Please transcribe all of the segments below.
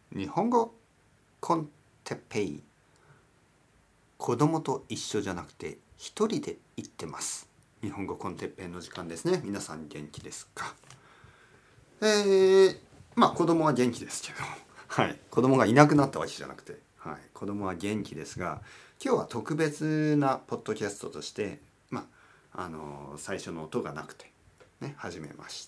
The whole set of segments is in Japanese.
日本語コンテッペイ。子供と一緒じゃなくて一人で行ってます。日本語コンテッペイの時間ですね。皆さん元気ですか？子供は元気ですけどはい、子供がいなくなったわけじゃなくて、はい、子供は元気ですが、今日は特別なポッドキャストとして、最初の音がなくてね、始めました。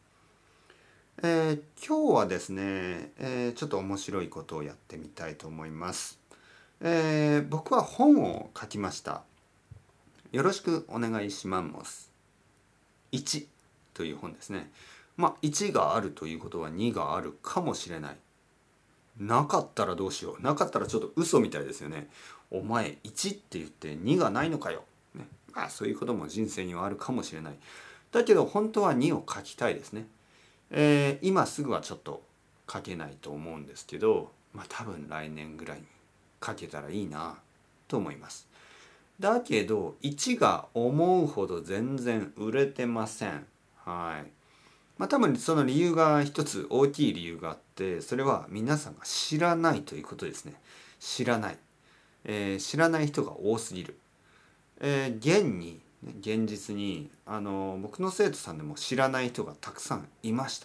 今日はですね、ちょっと面白いことをやってみたいと思います。僕は本を書きました。よろしくお願いします。1という本ですね。1があるということは2があるかもしれない。なかったらどうしよう。なかったらちょっと嘘みたいですよね。お前1って言って2がないのかよ。ね、そういうことも人生にはあるかもしれない。だけど本当は2を書きたいですね。今すぐはちょっと書けないと思うんですけど、多分来年ぐらいに書けたらいいなと思います。だけど1が思うほど全然売れてません。はい。多分その理由が一つ大きい理由があって、それは皆さんが知らないということですね。知らない。知らない人が多すぎる。現実に僕の生徒さんでも知らない人がたくさんいました。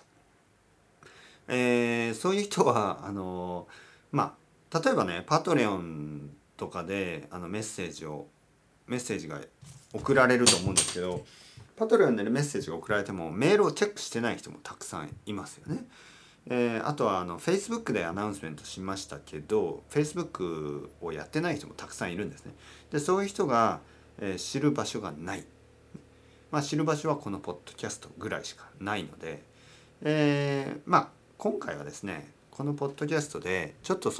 そういう人は例えばね、パトレオンとかでメッセージが送られると思うんですけど、パトレオンでメッセージが送られてもメールをチェックしてない人もたくさんいますよね。あとはFacebook でアナウンスメントしましたけど、 Facebook をやってない人もたくさんいるんですね。でそういう人が、知る場所がない、知る場所はこのポッドキャストぐらいしかないので、今回はですね、このポッドキャストでちょっと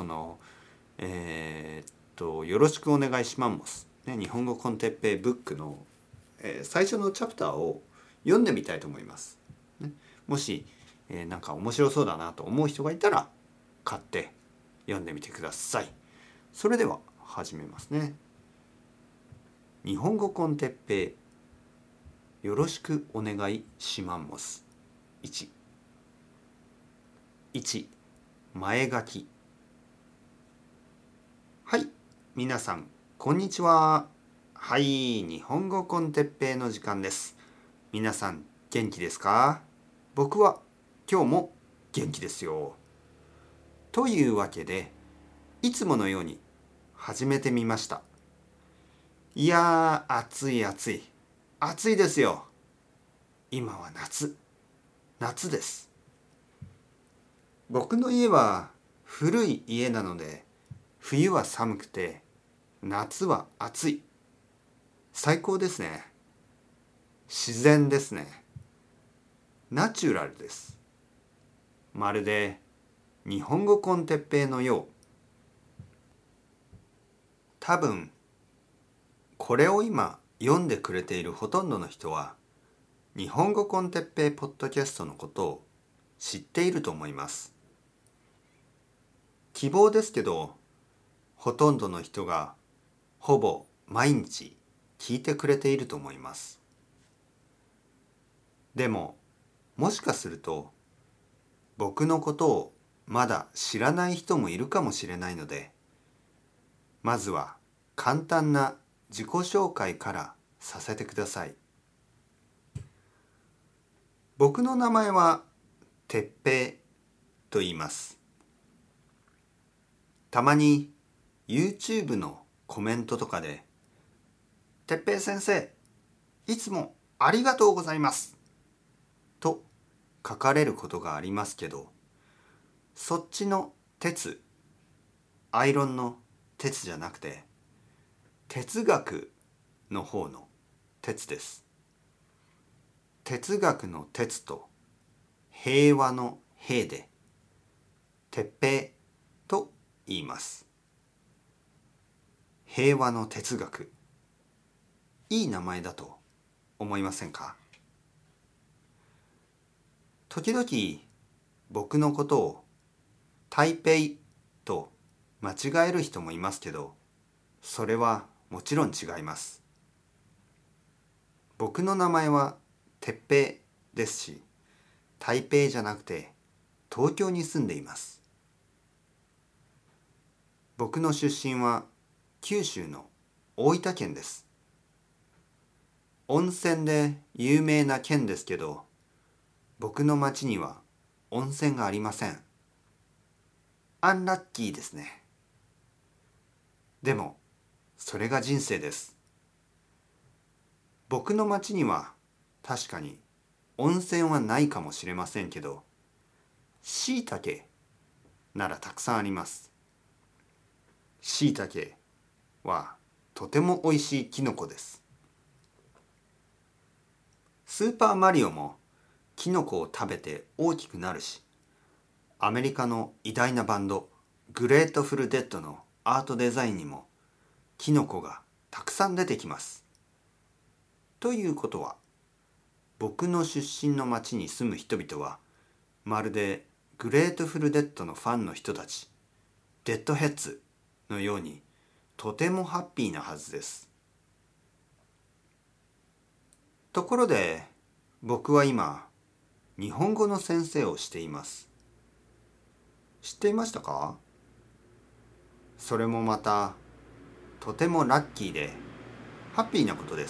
よろしくお願いします、ね、日本語コンテッペイブックの、最初のチャプターを読んでみたいと思います。ね、もし、なんか面白そうだなと思う人がいたら買って読んでみてください。それでは始めますね。日本語コンテッペイよろしくお願いします。1、前書き。はい、皆さんこんにちは。はい、日本語コンテッペイの時間です。皆さん元気ですか？僕は今日も元気ですよ。というわけで、いつものように始めてみました。いやー、暑いですよ。今は夏です。僕の家は古い家なので、冬は寒くて夏は暑い。最高ですね。自然ですね。ナチュラルです。まるで日本語コンテッペイのよう。多分これを今読んでくれているほとんどの人は、日本語コンテッペイポッドキャストのことを知っていると思います。希望ですけど、ほとんどの人がほぼ毎日聞いてくれていると思います。でも、もしかすると僕のことをまだ知らない人もいるかもしれないので、まずは簡単な自己紹介からさせてください。僕の名前はてっぺいと言います。たまに YouTube のコメントとかで、てっぺい先生、いつもありがとうございますと書かれることがありますけど、そっちの鉄、アイロンの鉄じゃなくて、哲学の方の鉄です。哲学の哲と平和の平で、てっぺいと言います。平和の哲学。いい名前だと思いませんか？時々僕のことを台北と間違える人もいますけど、それはもちろん違います。僕の名前はてっぺいですし、台北じゃなくて東京に住んでいます。 僕の出身は九州の大分県です。温泉で有名な県ですけど、僕の町には温泉がありません。アンラッキーですね。でも、それが人生です。僕の町には確かに温泉はないかもしれませんけど、しいたけならたくさんあります。しいたけはとてもおいしいキノコです。スーパーマリオもキノコを食べて大きくなるし、アメリカの偉大なバンドグレートフルデッドのアートデザインにもキノコがたくさん出てきます。ということは、僕の出身の町に住む人々はまるでグレートフルデッドのファンの人たち、デッドヘッズのようにとてもハッピーなはずです。ところで、僕は今日本語の先生をしています。知っていましたか？それもまたとてもラッキーでハッピーなことです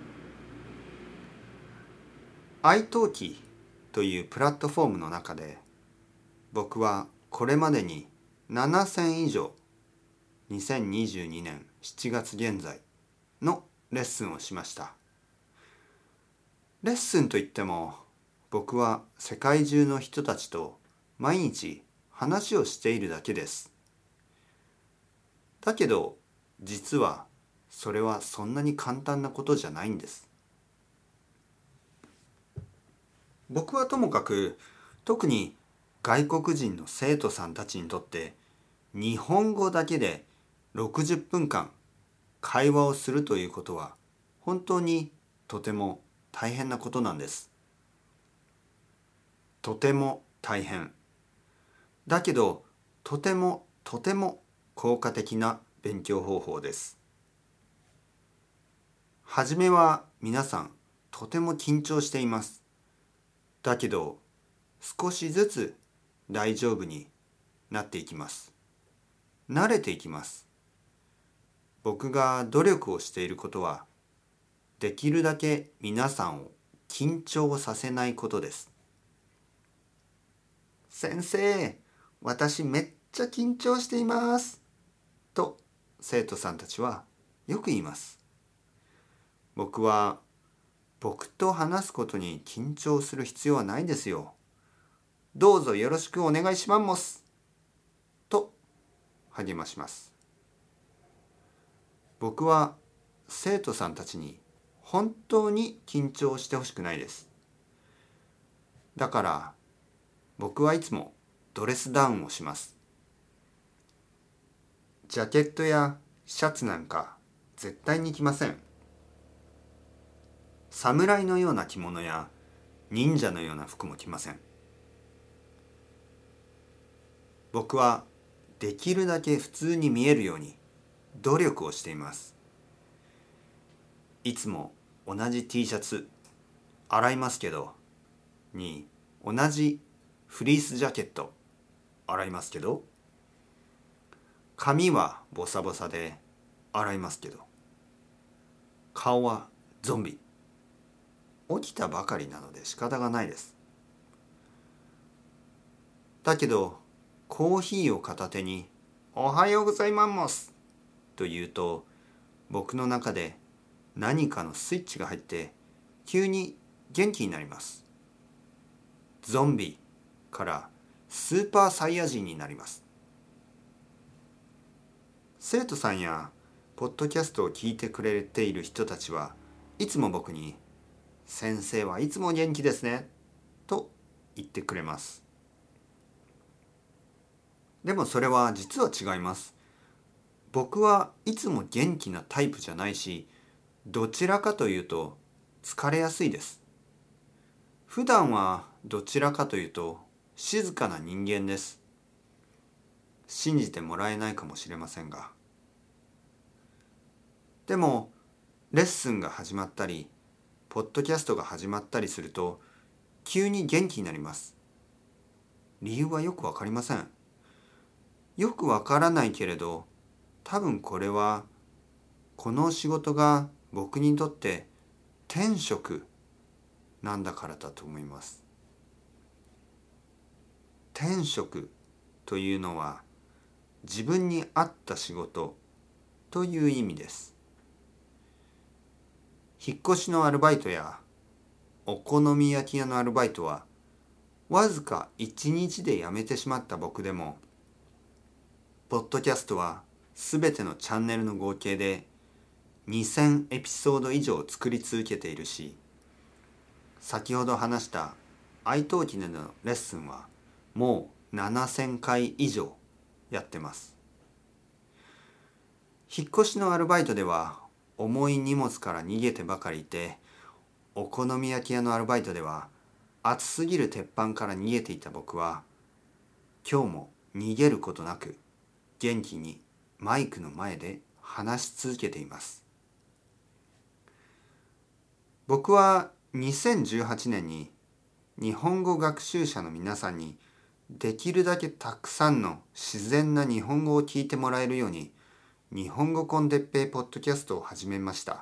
。iTalki というプラットフォームの中で、僕はこれまでに7000以上、2022年7月現在のレッスンをしました。レッスンといっても、僕は世界中の人たちと毎日話をしているだけです。だけど、実はそれはそんなに簡単なことじゃないんです。僕はともかく、特に外国人の生徒さんたちにとって、日本語だけで60分間会話をするということは、本当にとても大変なことなんです。とても大変。だけど、とても効果的な勉強方法です。はじめは皆さんとても緊張しています。だけど、少しずつ大丈夫になっていきます。慣れていきます。僕が努力をしていることは、できるだけ皆さんを緊張させないことです。先生、私めっちゃ緊張しています。と生徒さんたちはよく言います。僕は、僕と話すことに緊張する必要はないですよ。どうぞよろしくお願いします。と励まします。僕は生徒さんたちに本当に緊張してほしくないです。だから僕はいつもドレスダウンをします。ジャケットやシャツなんか絶対に着ません。侍のような着物や忍者のような服も着ません。僕はできるだけ普通に見えるように努力をしています。いつも同じ T シャツ洗いますけど、に同じフリースジャケット洗いますけど、髪はボサボサで洗いますけど、顔はゾンビ。起きたばかりなので仕方がないです。だけど、コーヒーを片手におはようございますと言うと、僕の中で何かのスイッチが入って急に元気になります。ゾンビからスーパーサイヤ人になります。生徒さんやポッドキャストを聞いてくれている人たちはいつも僕に先生はいつも元気ですねと言ってくれます。でもそれは実は違います。僕はいつも元気なタイプじゃないし、どちらかというと疲れやすいです。普段はどちらかというと静かな人間です。信じてもらえないかもしれませんが。でもレッスンが始まったり、ポッドキャストが始まったりすると急に元気になります。理由はよくわかりません。よくわからないけれど、 多分これはこの仕事が僕にとって天職なんだからだと思います。天職というのは自分に合った仕事という意味です。引っ越しのアルバイトやお好み焼き屋のアルバイトはわずか1日で辞めてしまった僕でも、ポッドキャストはすべてのチャンネルの合計で2000エピソード以上作り続けているし、先ほど話したiTalkiでのレッスンはもう7000回以上やってます。引っ越しのアルバイトでは重い荷物から逃げてばかりいて、お好み焼き屋のアルバイトでは熱すぎる鉄板から逃げていた僕は、今日も逃げることなく元気にマイクの前で話し続けています。僕は2018年に日本語学習者の皆さんにできるだけたくさんの自然な日本語を聞いてもらえるように日本語コンテッペイポッドキャストを始めました。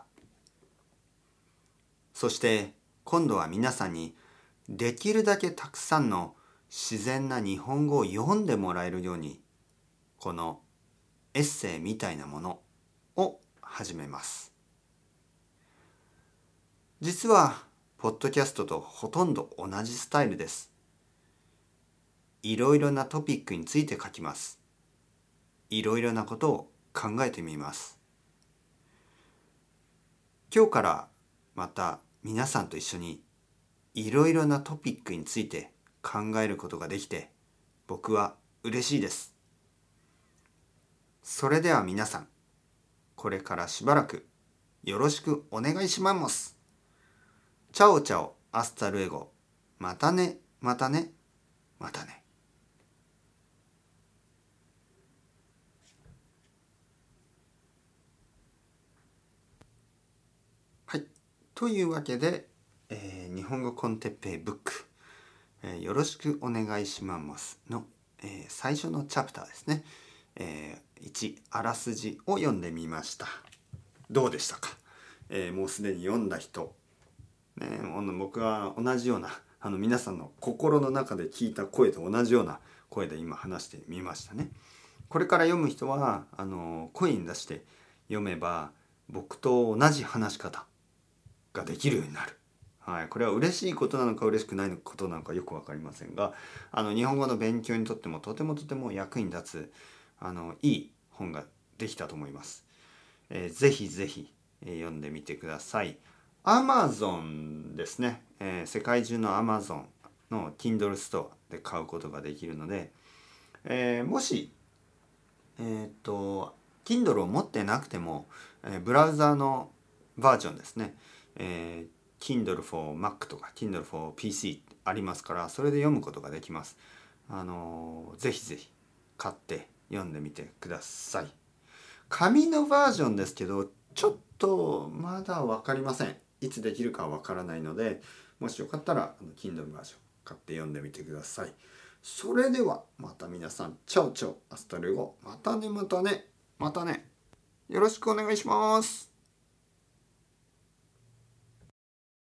そして今度は皆さんにできるだけたくさんの自然な日本語を読んでもらえるように、このエッセイみたいなものを始めます。実はポッドキャストとほとんど同じスタイルです。いろいろなトピックについて書きます。いろいろなことを考えてみます。今日からまた皆さんと一緒にいろいろなトピックについて考えることができて、僕は嬉しいです。それでは皆さん、これからしばらくよろしくお願いします。チャオチャオ、アスタルエゴ。またね、またね、またね。はい。というわけで、日本語コンテッペイブック、よろしくお願いしますの、最初のチャプターですね。1、あらすじを読んでみました。どうでしたか？もうすでに読んだ人、ね、僕は同じような皆さんの心の中で聞いた声と同じような声で今話してみましたね。これから読む人は声に出して読めば僕と同じ話し方ができるようになる。はい、これは嬉しいことなのか嬉しくないことなのかよく分かりませんが、日本語の勉強にとってもとても役に立ついい本ができたと思います。ぜひぜひ、読んでみてください。Amazon ですね、世界中の Amazon の Kindle ストアで買うことができるので、もしKindle を持ってなくても、ブラウザーのバージョンですね、Kindle for Mac とか Kindle for PC ありますから、それで読むことができます。ぜひぜひ買って読んでみてください。紙のバージョンですけど、ちょっとまだ分かりません。いつできるかは分からないので、もしよかったらKindle バージョン買って読んでみてください。それではまた皆さん、チャオチャオ、アスタルゴ、またねまたねまたね、よろしくお願いします。